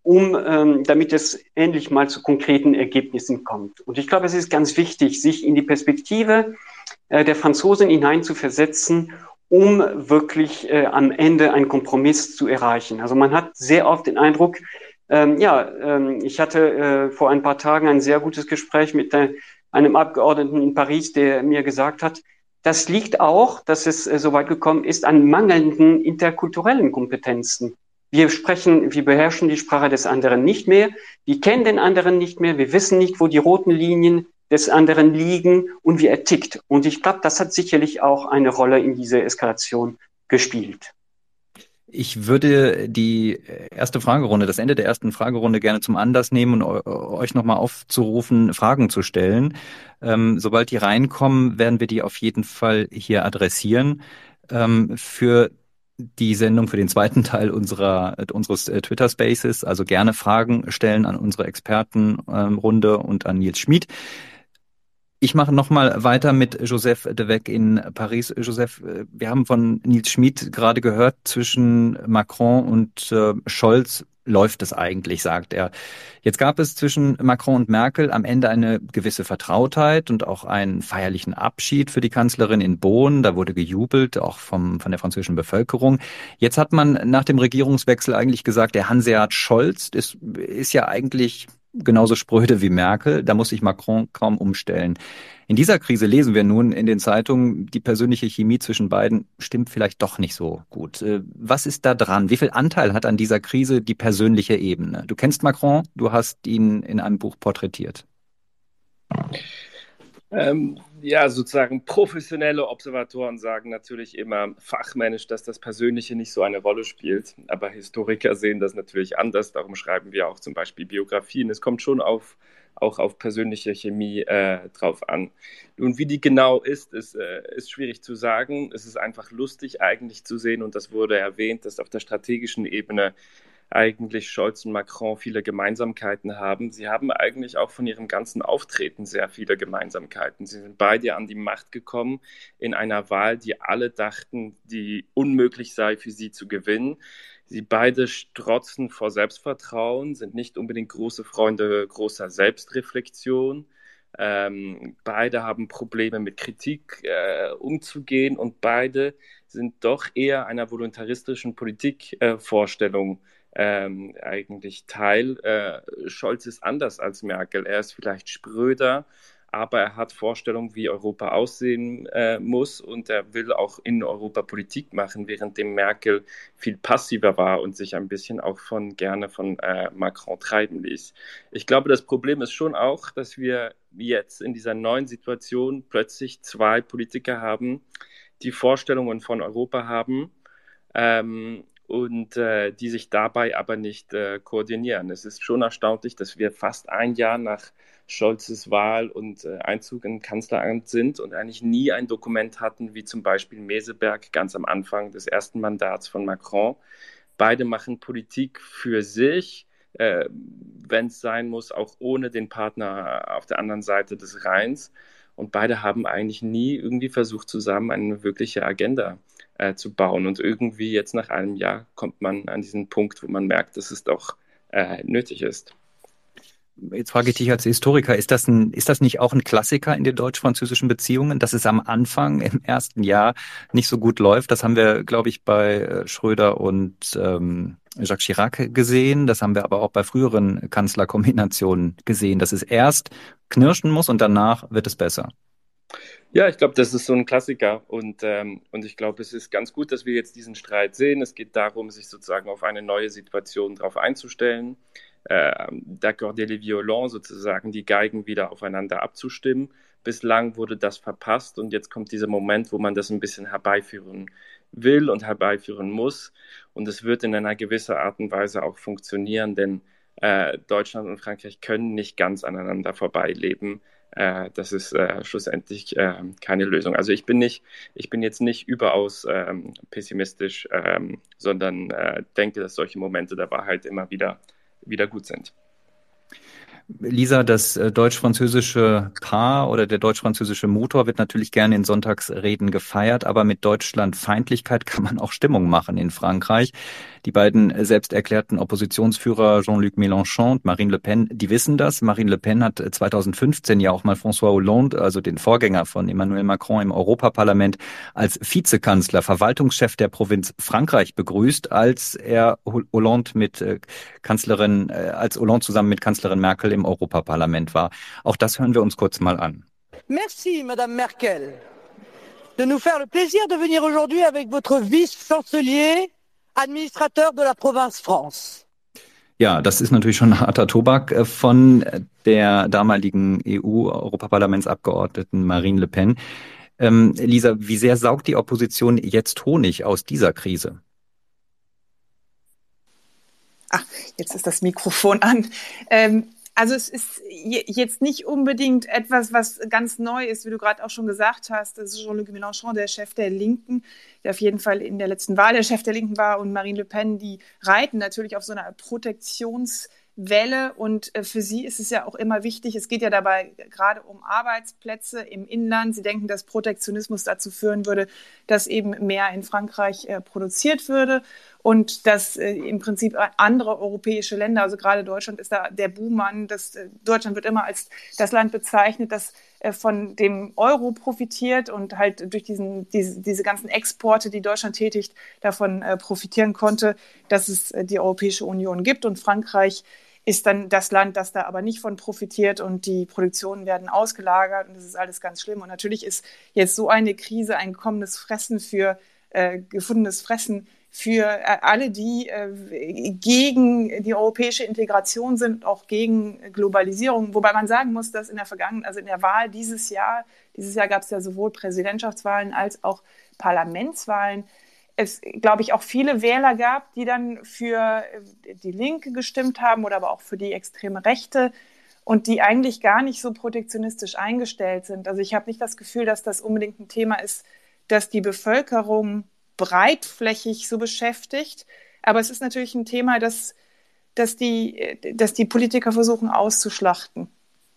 S8: um, ähm, damit es endlich mal zu konkreten Ergebnissen kommt. Und ich glaube, es ist ganz wichtig, sich in die Perspektive äh, der Franzosen hineinzuversetzen, um wirklich äh, am Ende einen Kompromiss zu erreichen. Also man hat sehr oft den Eindruck, ähm, ja, ähm, ich hatte äh, vor ein paar Tagen ein sehr gutes Gespräch mit äh, einem Abgeordneten in Paris, der mir gesagt hat, das liegt auch, dass es äh, so weit gekommen ist, an mangelnden interkulturellen Kompetenzen. Wir sprechen, wir beherrschen die Sprache des anderen nicht mehr, wir kennen den anderen nicht mehr, wir wissen nicht, wo die roten Linien des anderen liegen und wie er tickt. Und ich glaube, das hat sicherlich auch eine Rolle in dieser Eskalation gespielt.
S3: Ich würde die erste Fragerunde, das Ende der ersten Fragerunde gerne zum Anlass nehmen und euch nochmal aufzurufen, Fragen zu stellen. Ähm, sobald die reinkommen, werden wir die auf jeden Fall hier adressieren. Ähm, für die Sendung, für den zweiten Teil unserer unseres Twitter Spaces, also gerne Fragen stellen an unsere Expertenrunde ähm, und an Nils Schmid. Ich mache nochmal weiter mit Joseph de Weck in Paris. Joseph, wir haben von Nils Schmid gerade gehört, zwischen Macron und äh, Scholz läuft es eigentlich, sagt er. Jetzt gab es zwischen Macron und Merkel am Ende eine gewisse Vertrautheit und auch einen feierlichen Abschied für die Kanzlerin in Bonn. Da wurde gejubelt, auch vom, von der französischen Bevölkerung. Jetzt hat man nach dem Regierungswechsel eigentlich gesagt, der Hanseat Scholz ist, ist ja eigentlich genauso spröde wie Merkel, da muss sich Macron kaum umstellen. In dieser Krise lesen wir nun in den Zeitungen, die persönliche Chemie zwischen beiden stimmt vielleicht doch nicht so gut. Was ist da dran? Wie viel Anteil hat an dieser Krise die persönliche Ebene? Du kennst Macron, du hast ihn in einem Buch porträtiert.
S4: Ähm, ja, sozusagen professionelle Observatoren sagen natürlich immer fachmännisch, dass das Persönliche nicht so eine Rolle spielt. Aber Historiker sehen das natürlich anders. Darum schreiben wir auch zum Beispiel Biografien. Es kommt schon auf, auch auf persönliche Chemie äh, drauf an. Und wie die genau ist, ist, äh, ist schwierig zu sagen. Es ist einfach lustig eigentlich zu sehen, und das wurde erwähnt, dass auf der strategischen Ebene eigentlich Scholz und Macron viele Gemeinsamkeiten haben. Sie haben eigentlich auch von ihrem ganzen Auftreten sehr viele Gemeinsamkeiten. Sie sind beide an die Macht gekommen in einer Wahl, die alle dachten, die unmöglich sei für sie zu gewinnen. Sie beide strotzen vor Selbstvertrauen, sind nicht unbedingt große Freunde großer Selbstreflexion. Ähm, beide haben Probleme mit Kritik äh, umzugehen, und beide sind doch eher einer voluntaristischen Politikvorstellung äh, Ähm, eigentlich Teil. Äh, Scholz ist anders als Merkel. Er ist vielleicht spröder, aber er hat Vorstellungen, wie Europa aussehen äh, muss, und er will auch in Europa Politik machen, währenddem Merkel viel passiver war und sich ein bisschen auch von gerne von äh, Macron treiben ließ. Ich glaube, das Problem ist schon auch, dass wir jetzt in dieser neuen Situation plötzlich zwei Politiker haben, die Vorstellungen von Europa haben, ähm, und äh, die sich dabei aber nicht äh, koordinieren. Es ist schon erstaunlich, dass wir fast ein Jahr nach Scholzes Wahl und äh, Einzug im Kanzleramt sind und eigentlich nie ein Dokument hatten, wie zum Beispiel Meseberg ganz am Anfang des ersten Mandats von Macron. Beide machen Politik für sich, äh, wenn es sein muss, auch ohne den Partner auf der anderen Seite des Rheins. Und beide haben eigentlich nie irgendwie versucht, zusammen eine wirkliche Agenda äh, zu bauen. Und irgendwie jetzt nach einem Jahr kommt man an diesen Punkt, wo man merkt, dass es doch äh, nötig ist.
S3: Jetzt frage ich dich als Historiker, ist das ein, ist das nicht auch ein Klassiker in den deutsch-französischen Beziehungen, dass es am Anfang im ersten Jahr nicht so gut läuft? Das haben wir, glaube ich, bei Schröder und ähm, Jacques Chirac gesehen. Das haben wir aber auch bei früheren Kanzlerkombinationen gesehen, dass es erst knirschen muss und danach wird es besser.
S4: Ja, ich glaube, das ist so ein Klassiker, und, ähm, und ich glaube, es ist ganz gut, dass wir jetzt diesen Streit sehen. Es geht darum, sich sozusagen auf eine neue Situation drauf einzustellen, äh, d'accorder les violons, sozusagen die Geigen wieder aufeinander abzustimmen. Bislang wurde das verpasst, und jetzt kommt dieser Moment, wo man das ein bisschen herbeiführen will und herbeiführen muss, und es wird in einer gewissen Art und Weise auch funktionieren, denn äh, Deutschland und Frankreich können nicht ganz aneinander vorbeileben. Äh, das ist äh, schlussendlich äh, keine Lösung. Also ich bin nicht, ich bin jetzt nicht überaus ähm, pessimistisch, ähm, sondern äh, denke, dass solche Momente der Wahrheit immer wieder, wieder gut sind.
S3: Lisa, das äh, deutsch-französische Paar oder der deutsch-französische Motor wird natürlich gerne in Sonntagsreden gefeiert, aber mit Deutschlandfeindlichkeit kann man auch Stimmung machen in Frankreich. Die beiden äh, selbst erklärten Oppositionsführer Jean-Luc Mélenchon und Marine Le Pen, die wissen das. Marine Le Pen hat zwanzig fünfzehn ja auch mal François Hollande, also den Vorgänger von Emmanuel Macron im Europaparlament, als Vizekanzler, Verwaltungschef der Provinz Frankreich begrüßt, als er Hollande mit äh, Kanzlerin, äh, als Hollande zusammen mit Kanzlerin Merkel im Europaparlament war. Auch das hören wir uns kurz mal an.
S9: Merci, Madame Merkel, de nous faire le plaisir de venir aujourd'hui avec votre vice-chancelier, administrateur de la province France.
S3: Ja, das ist natürlich schon harter Tobak von der damaligen E U-Europaparlamentsabgeordneten Marine Le Pen. Ähm, Lisa, wie sehr saugt die Opposition jetzt Honig aus dieser Krise?
S5: Ach, jetzt ist das Mikrofon an. Ähm, also es ist jetzt nicht unbedingt etwas, was ganz neu ist, wie du gerade auch schon gesagt hast. Das ist Jean-Luc Mélenchon, der Chef der Linken, der auf jeden Fall in der letzten Wahl der Chef der Linken war, und Marine Le Pen, die reiten natürlich auf so einer Protektionswelle, und für sie ist es ja auch immer wichtig, es geht ja dabei gerade um Arbeitsplätze im Inland. Sie denken, dass Protektionismus dazu führen würde, dass eben mehr in Frankreich äh, produziert würde und dass äh, im Prinzip andere europäische Länder, also gerade Deutschland ist da der Buhmann, das, äh, Deutschland wird immer als das Land bezeichnet, das äh, von dem Euro profitiert und halt durch diesen, diese, diese ganzen Exporte, die Deutschland tätigt, davon äh, profitieren konnte, dass es äh, die Europäische Union gibt, und Frankreich ist dann das Land, das da aber nicht von profitiert, und die Produktionen werden ausgelagert und das ist alles ganz schlimm. Und natürlich ist jetzt so eine Krise ein kommendes Fressen für, äh, gefundenes Fressen für äh, alle, die äh, gegen die europäische Integration sind, auch gegen Globalisierung. Wobei man sagen muss, dass in der Vergangenheit, also in der Wahl dieses Jahr, dieses Jahr gab es ja sowohl Präsidentschaftswahlen als auch Parlamentswahlen, es, glaube ich, auch viele Wähler gab, die dann für die Linke gestimmt haben oder aber auch für die extreme Rechte und die eigentlich gar nicht so protektionistisch eingestellt sind. Also ich habe nicht das Gefühl, dass das unbedingt ein Thema ist, das die Bevölkerung breitflächig so beschäftigt. Aber es ist natürlich ein Thema, das, das, die, das die Politiker versuchen auszuschlachten.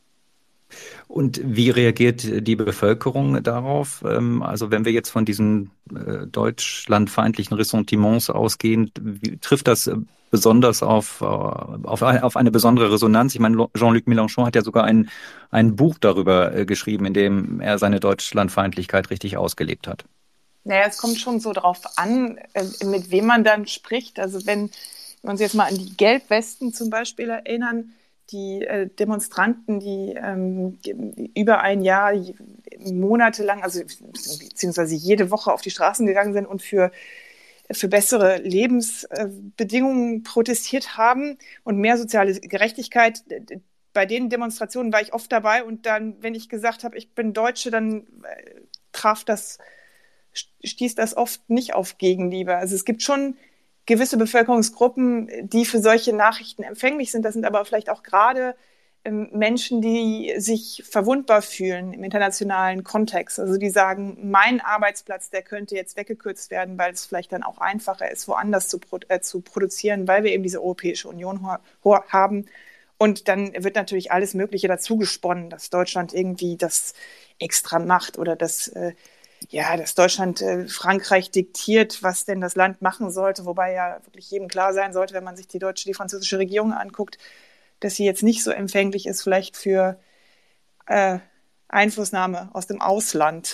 S3: Und wie reagiert die Bevölkerung darauf? Also wenn wir jetzt von diesen deutschlandfeindlichen Ressentiments ausgehen, wie, trifft das besonders auf, auf, auf eine besondere Resonanz? Ich meine, Jean-Luc Mélenchon hat ja sogar ein, ein Buch darüber geschrieben, in dem er seine Deutschlandfeindlichkeit richtig ausgelebt hat.
S5: Naja, es kommt schon so drauf an, mit wem man dann spricht. Also wenn wir uns jetzt mal an die Gelbwesten zum Beispiel erinnern, die äh, Demonstranten, die ähm, über ein Jahr monatelang, also beziehungsweise jede Woche auf die Straßen gegangen sind und für, für bessere Lebensbedingungen protestiert haben und mehr soziale Gerechtigkeit. Bei den Demonstrationen war ich oft dabei, und dann, wenn ich gesagt habe, ich bin Deutsche, dann äh, traf das, stieß das oft nicht auf Gegenliebe. Also es gibt schon gewisse Bevölkerungsgruppen, die für solche Nachrichten empfänglich sind. Das sind aber vielleicht auch gerade ähm, Menschen, die sich verwundbar fühlen im internationalen Kontext. Also die sagen, mein Arbeitsplatz, der könnte jetzt weggekürzt werden, weil es vielleicht dann auch einfacher ist, woanders zu, pro- äh, zu produzieren, weil wir eben diese Europäische Union ho- ho- haben. Und dann wird natürlich alles Mögliche dazu gesponnen, dass Deutschland irgendwie das extra macht oder dass äh, ja, dass Deutschland äh, Frankreich diktiert, was denn das Land machen sollte, wobei ja wirklich jedem klar sein sollte, wenn man sich die deutsche, die französische Regierung anguckt, dass sie jetzt nicht so empfänglich ist vielleicht für äh, Einflussnahme aus dem Ausland.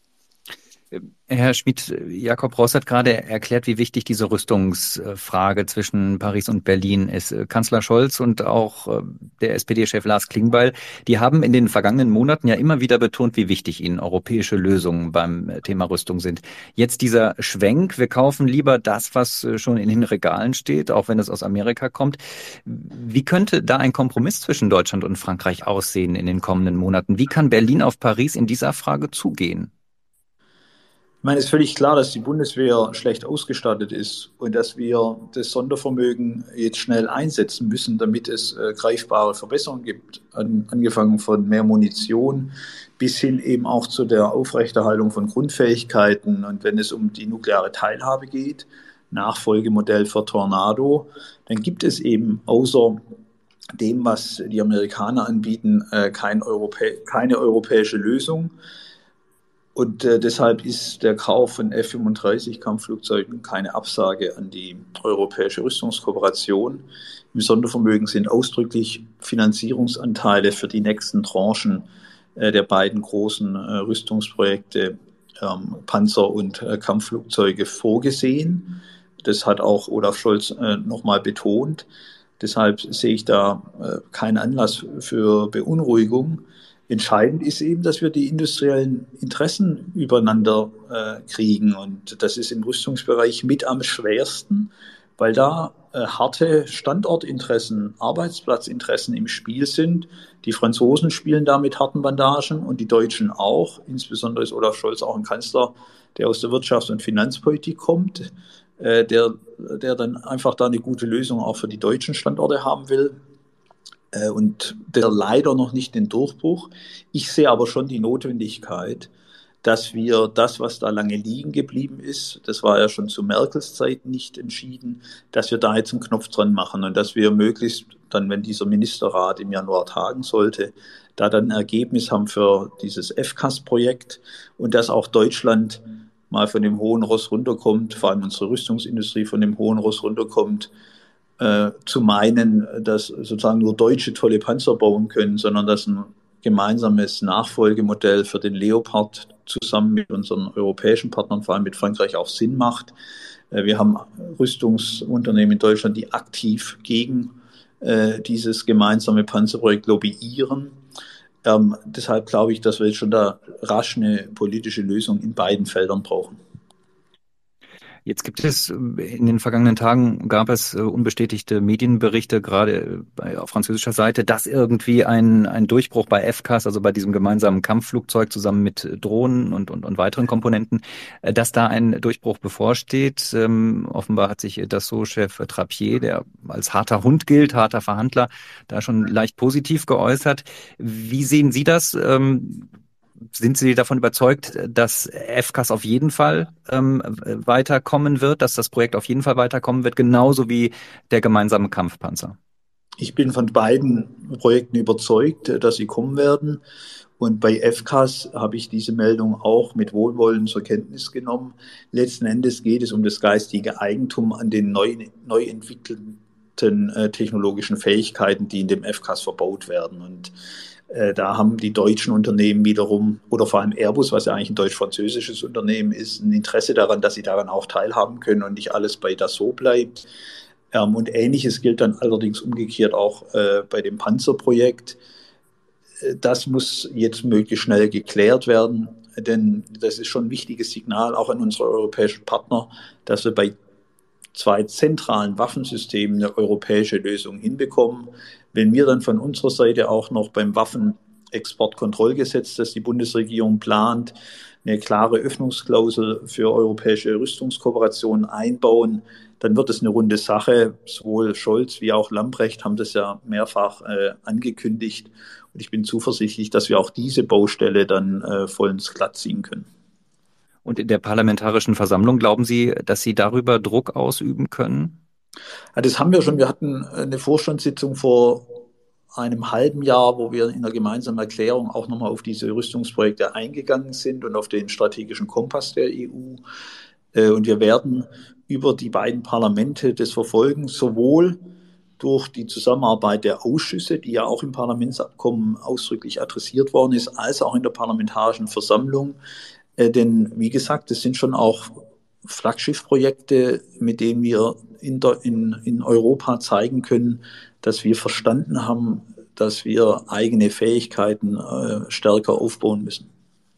S3: Herr Schmid, Jakob Ross hat gerade erklärt, wie wichtig diese Rüstungsfrage zwischen Paris und Berlin ist. Kanzler Scholz und auch der S P D-Chef Lars Klingbeil, die haben in den vergangenen Monaten ja immer wieder betont, wie wichtig ihnen europäische Lösungen beim Thema Rüstung sind. Jetzt dieser Schwenk, wir kaufen lieber das, was schon in den Regalen steht, auch wenn es aus Amerika kommt. Wie könnte da ein Kompromiss zwischen Deutschland und Frankreich aussehen in den kommenden Monaten? Wie kann Berlin auf Paris in dieser Frage zugehen?
S6: Ich meine, es ist völlig klar, dass die Bundeswehr schlecht ausgestattet ist und dass wir das Sondervermögen jetzt schnell einsetzen müssen, damit es äh, greifbare Verbesserungen gibt, an, angefangen von mehr Munition bis hin eben auch zu der Aufrechterhaltung von Grundfähigkeiten. Und wenn es um die nukleare Teilhabe geht, Nachfolgemodell für Tornado, dann gibt es eben außer dem, was die Amerikaner anbieten, äh, kein Europä- keine europäische Lösung. Und äh, deshalb ist der Kauf von F fünfunddreißig Kampfflugzeugen keine Absage an die europäische Rüstungskooperation. Im Sondervermögen sind ausdrücklich Finanzierungsanteile für die nächsten Tranchen äh, der beiden großen äh, Rüstungsprojekte, ähm, Panzer und äh, Kampfflugzeuge, vorgesehen. Das hat auch Olaf Scholz äh, nochmal betont. Deshalb sehe ich da äh, keinen Anlass für Beunruhigung. Entscheidend ist eben, dass wir die industriellen Interessen übereinander äh, kriegen. Und das ist im Rüstungsbereich mit am schwersten, weil da äh, harte Standortinteressen, Arbeitsplatzinteressen im Spiel sind. Die Franzosen spielen da mit harten Bandagen und die Deutschen auch. Insbesondere ist Olaf Scholz auch ein Kanzler, der aus der Wirtschafts- und Finanzpolitik kommt, äh, der, der dann einfach da eine gute Lösung auch für die deutschen Standorte haben will. Und der leider noch nicht den Durchbruch. Ich sehe aber schon die Notwendigkeit, dass wir das, was da lange liegen geblieben ist, das war ja schon zu Merkels Zeit nicht entschieden, dass wir da jetzt einen Knopf dran machen und dass wir möglichst dann, wenn dieser Ministerrat im Januar tagen sollte, da dann ein Ergebnis haben für dieses F C A S-Projekt und dass auch Deutschland mal von dem hohen Ross runterkommt, vor allem unsere Rüstungsindustrie von dem hohen Ross runterkommt, Äh, zu meinen, dass sozusagen nur Deutsche tolle Panzer bauen können, sondern dass ein gemeinsames Nachfolgemodell für den Leopard zusammen mit unseren europäischen Partnern, vor allem mit Frankreich, auch Sinn macht. Äh, wir haben Rüstungsunternehmen in Deutschland, die aktiv gegen äh, dieses gemeinsame Panzerprojekt lobbyieren. Ähm, deshalb glaube ich, dass wir jetzt schon da rasch eine politische Lösung in beiden Feldern brauchen.
S3: Jetzt gibt es, in den vergangenen Tagen gab es unbestätigte Medienberichte, gerade auf französischer Seite, dass irgendwie ein, ein Durchbruch bei F C A S, also bei diesem gemeinsamen Kampfflugzeug zusammen mit Drohnen und, und, und weiteren Komponenten, dass da ein Durchbruch bevorsteht. Ähm, offenbar hat sich Dassault-Chef Trappier, der als harter Hund gilt, harter Verhandler, da schon leicht positiv geäußert. Wie sehen Sie das? Ähm, Sind Sie davon überzeugt, dass F C A S auf jeden Fall ähm, weiterkommen wird, dass das Projekt auf jeden Fall weiterkommen wird, genauso wie der gemeinsame Kampfpanzer?
S6: Ich bin von beiden Projekten überzeugt, dass sie kommen werden. Und bei F C A S habe ich diese Meldung auch mit Wohlwollen zur Kenntnis genommen. Letzten Endes geht es um das geistige Eigentum an den neu, neu entwickelten äh, technologischen Fähigkeiten, die in dem F C A S verbaut werden. Und da haben die deutschen Unternehmen wiederum, oder vor allem Airbus, was ja eigentlich ein deutsch-französisches Unternehmen ist, ein Interesse daran, dass sie daran auch teilhaben können und nicht alles bei Dassault bleibt. Und Ähnliches gilt dann allerdings umgekehrt auch bei dem Panzerprojekt. Das muss jetzt möglichst schnell geklärt werden, denn das ist schon ein wichtiges Signal auch an unsere europäischen Partner, dass wir bei zwei zentralen Waffensystemen eine europäische Lösung hinbekommen. Wenn wir dann von unserer Seite auch noch beim Waffenexportkontrollgesetz, das die Bundesregierung plant, eine klare Öffnungsklausel für europäische Rüstungskooperationen einbauen, dann wird es eine runde Sache. Sowohl Scholz wie auch Lambrecht haben das ja mehrfach äh, angekündigt. Und ich bin zuversichtlich, dass wir auch diese Baustelle dann äh, vollends glatt ziehen können.
S3: Und in der Parlamentarischen Versammlung, glauben Sie, dass Sie darüber Druck ausüben können?
S6: Ja, das haben wir schon. Wir hatten eine Vorstandssitzung vor einem halben Jahr, wo wir in einer gemeinsamen Erklärung auch nochmal auf diese Rüstungsprojekte eingegangen sind und auf den strategischen Kompass der E U. Und wir werden über die beiden Parlamente das verfolgen, sowohl durch die Zusammenarbeit der Ausschüsse, die ja auch im Parlamentsabkommen ausdrücklich adressiert worden ist, als auch in der Parlamentarischen Versammlung. Denn wie gesagt, es sind schon auch Flaggschiffprojekte, mit denen wir in, der, in, in Europa zeigen können, dass wir verstanden haben, dass wir eigene Fähigkeiten äh, stärker aufbauen müssen.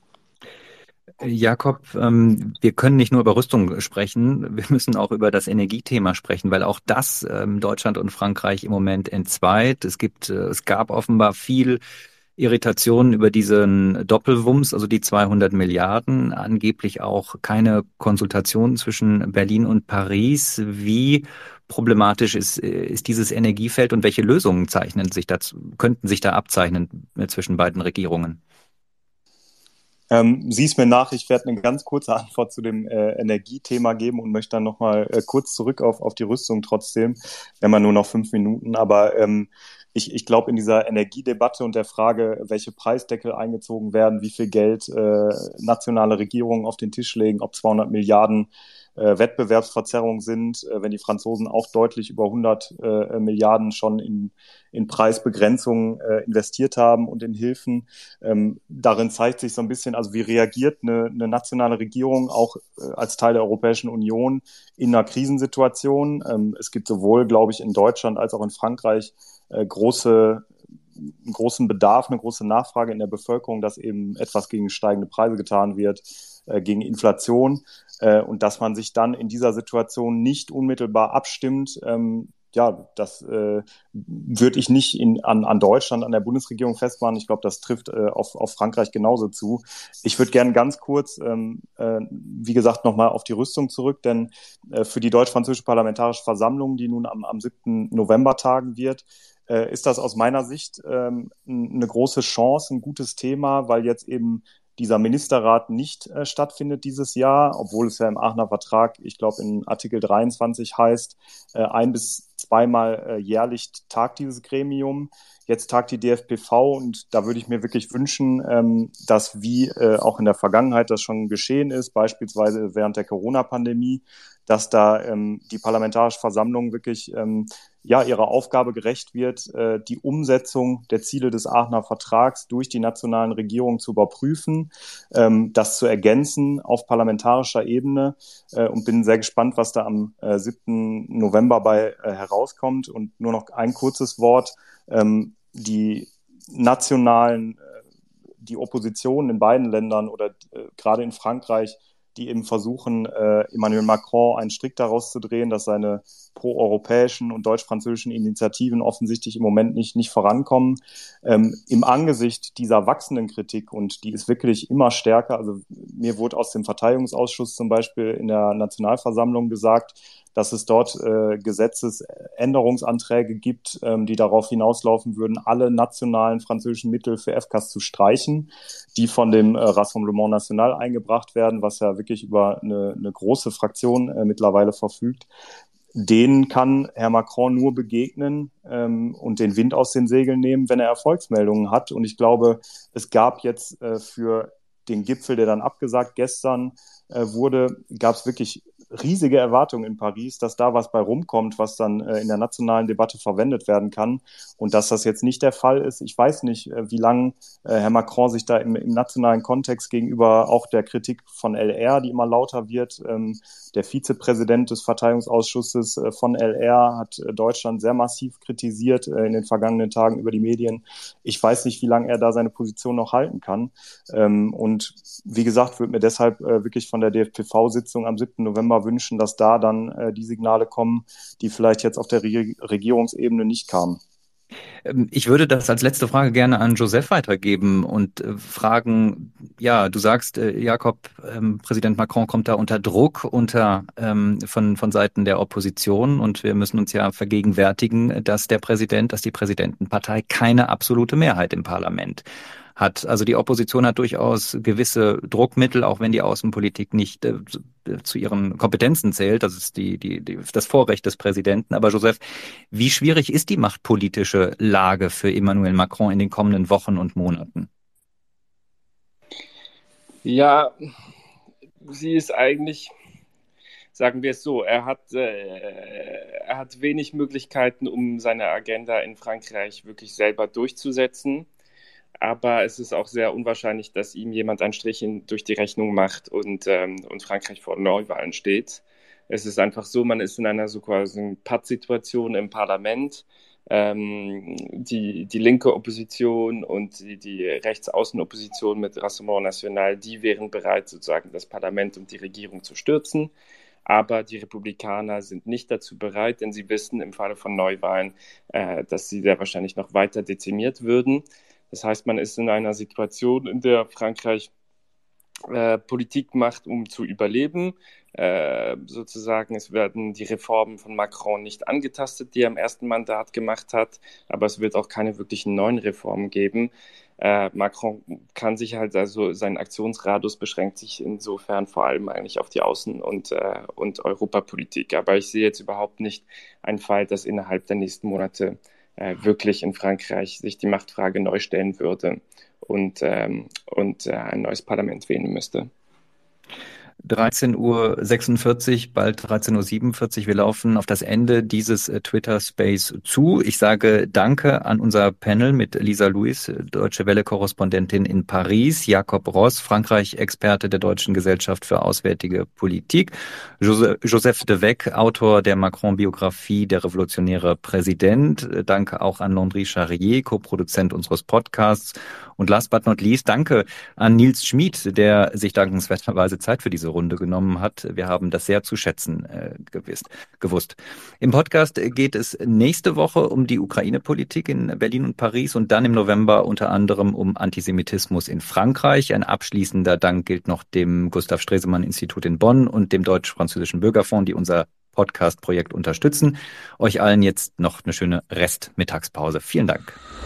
S3: Jakob, ähm, wir können nicht nur über Rüstung sprechen, wir müssen auch über das Energiethema sprechen, weil auch das ähm, Deutschland und Frankreich im Moment entzweit. Es gibt, äh, es gab offenbar viel Irritationen über diesen Doppelwumms, also die zweihundert Milliarden, angeblich auch keine Konsultation zwischen Berlin und Paris. Wie problematisch ist, ist dieses Energiefeld und welche Lösungen zeichnen sich dazu, könnten sich da abzeichnen zwischen beiden Regierungen?
S7: Ähm, sieh es mir nach, ich werde eine ganz kurze Antwort zu dem äh, Energiethema geben und möchte dann nochmal äh, kurz zurück auf, auf die Rüstung trotzdem. Wir haben ja nur noch fünf Minuten, aber ähm, ich, ich glaube, in dieser Energiedebatte und der Frage, welche Preisdeckel eingezogen werden, wie viel Geld äh, nationale Regierungen auf den Tisch legen, ob zweihundert Milliarden äh, Wettbewerbsverzerrung sind, äh, wenn die Franzosen auch deutlich über hundert äh, Milliarden schon in, in Preisbegrenzungen äh, investiert haben und in Hilfen. Ähm, darin zeigt sich so ein bisschen, also wie reagiert eine, eine nationale Regierung auch äh, als Teil der Europäischen Union in einer Krisensituation. Ähm, es gibt sowohl, glaube ich, in Deutschland als auch in Frankreich äh, große einen großen Bedarf, eine große Nachfrage in der Bevölkerung, dass eben etwas gegen steigende Preise getan wird, äh, gegen Inflation äh, und dass man sich dann in dieser Situation nicht unmittelbar abstimmt. Ähm, ja, das äh, würde ich nicht in, an, an Deutschland, an der Bundesregierung festmachen. Ich glaube, das trifft äh, auf, auf Frankreich genauso zu. Ich würde gerne ganz kurz, ähm, äh, wie gesagt, nochmal auf die Rüstung zurück, denn äh, für die Deutsch-Französische Parlamentarische Versammlung, die nun am, am siebten November tagen wird, äh, ist das aus meiner Sicht ähm, eine große Chance, ein gutes Thema, weil jetzt eben dieser Ministerrat nicht äh, stattfindet dieses Jahr, obwohl es ja im Aachener Vertrag, ich glaube in Artikel dreiundzwanzig heißt, äh, ein bis zweimal äh, jährlich tagt dieses Gremium. Jetzt tagt die D F P V und da würde ich mir wirklich wünschen, ähm, dass wie äh, auch in der Vergangenheit das schon geschehen ist, beispielsweise während der Corona-Pandemie, dass da ähm, die Parlamentarische Versammlung wirklich ähm, ja ihrer Aufgabe gerecht wird, äh, die Umsetzung der Ziele des Aachener Vertrags durch die nationalen Regierungen zu überprüfen, ähm, das zu ergänzen auf parlamentarischer Ebene äh, und bin sehr gespannt, was da am äh, siebten November bei äh, herauskommt. Und nur noch ein kurzes Wort. Ähm, die nationalen, äh, die Opposition in beiden Ländern oder äh, gerade in Frankreich, die eben versuchen, äh, Emmanuel Macron einen Strick daraus zu drehen, dass seine proeuropäischen und deutsch-französischen Initiativen offensichtlich im Moment nicht, nicht vorankommen. Ähm, im Angesicht dieser wachsenden Kritik, und die ist wirklich immer stärker, also mir wurde aus dem Verteidigungsausschuss zum Beispiel in der Nationalversammlung gesagt, dass es dort äh, Gesetzesänderungsanträge gibt, ähm, die darauf hinauslaufen würden, alle nationalen französischen Mittel für F K S zu streichen, die von dem äh, Rassemblement National eingebracht werden, was ja wirklich über eine, eine große Fraktion äh, mittlerweile verfügt. Denen kann Herr Macron nur begegnen ähm, und den Wind aus den Segeln nehmen, wenn er Erfolgsmeldungen hat. Und ich glaube, es gab jetzt äh, für den Gipfel, der dann abgesagt gestern äh, wurde, gab es wirklich riesige Erwartungen in Paris, dass da was bei rumkommt, was dann äh, in der nationalen Debatte verwendet werden kann. Und dass das jetzt nicht der Fall ist, ich weiß nicht, äh, wie lange äh, Herr Macron sich da im, im nationalen Kontext gegenüber auch der Kritik von L R, die immer lauter wird, ähm, der Vizepräsident des Verteidigungsausschusses äh, von L R hat äh, Deutschland sehr massiv kritisiert äh, in den vergangenen Tagen über die Medien. Ich weiß nicht, wie lange er da seine Position noch halten kann. Ähm, und wie gesagt, würde mir deshalb äh, wirklich von der D F P V-Sitzung am siebten November wünschen, dass da dann äh, die Signale kommen, die vielleicht jetzt auf der Re- Regierungsebene nicht kamen.
S2: Ich würde das als letzte Frage gerne an Joseph weitergeben und äh, fragen, ja, du sagst, äh, Jakob, ähm, Präsident Macron kommt da unter Druck unter ähm, von, von Seiten der Opposition und wir müssen uns ja vergegenwärtigen, dass der Präsident, dass die Präsidentenpartei keine absolute Mehrheit im Parlament hat. Also die Opposition hat durchaus gewisse Druckmittel, auch wenn die Außenpolitik nicht äh, zu ihren Kompetenzen zählt. Das ist die, die, die, das Vorrecht des Präsidenten. Aber Joseph, wie schwierig ist die machtpolitische Lage für Emmanuel Macron in den kommenden Wochen und Monaten?
S4: Ja, sie ist eigentlich, sagen wir es so, er hat, äh, er hat wenig Möglichkeiten, um seine Agenda in Frankreich wirklich selber durchzusetzen. Aber es ist auch sehr unwahrscheinlich, dass ihm jemand einen Strich in, durch die Rechnung macht und, ähm, und Frankreich vor Neuwahlen steht. Es ist einfach so, man ist in einer so quasi Pattsituation im Parlament. Ähm, die, die linke Opposition und die, die Rechtsaußenopposition mit Rassemblement National, die wären bereit, sozusagen das Parlament und die Regierung zu stürzen. Aber die Republikaner sind nicht dazu bereit, denn sie wissen im Falle von Neuwahlen, äh, dass sie sehr wahrscheinlich noch weiter dezimiert würden. Das heißt, man ist in einer Situation, in der Frankreich äh, Politik macht, um zu überleben. Äh, sozusagen, es werden die Reformen von Macron nicht angetastet, die er im ersten Mandat gemacht hat, aber es wird auch keine wirklichen neuen Reformen geben. Äh, Macron kann sich halt, also sein Aktionsradius beschränkt sich insofern vor allem eigentlich auf die Außen- und, äh, und Europapolitik. Aber ich sehe jetzt überhaupt nicht einen Fall, dass innerhalb der nächsten Monate äh, wirklich in Frankreich sich die Machtfrage neu stellen würde und, ähm, und äh, ein neues Parlament wählen müsste.
S3: dreizehn Uhr sechsundvierzig, bald dreizehn Uhr siebenundvierzig. Wir laufen auf das Ende dieses äh, Twitter-Space zu. Ich sage Danke an unser Panel mit Lisa Louis, Deutsche Welle-Korrespondentin in Paris, Jakob Ross, Frankreich-Experte der Deutschen Gesellschaft für Auswärtige Politik, Jose- Joseph de Weck, Autor der Macron-Biografie Der revolutionäre Präsident. Danke auch an Landry Charrier, Co-Produzent unseres Podcasts. Und last but not least, danke an Nils Schmid, der sich dankenswerterweise Zeit für diese Runde genommen hat. Wir haben das sehr zu schätzen äh, gewiss, gewusst. Im Podcast geht es nächste Woche um die Ukraine-Politik in Berlin und Paris und dann im November unter anderem um Antisemitismus in Frankreich. Ein abschließender Dank gilt noch dem Gustav Stresemann-Institut in Bonn und dem Deutsch-Französischen Bürgerfonds, die unser Podcast-Projekt unterstützen. Euch allen jetzt noch eine schöne Restmittagspause. Vielen Dank.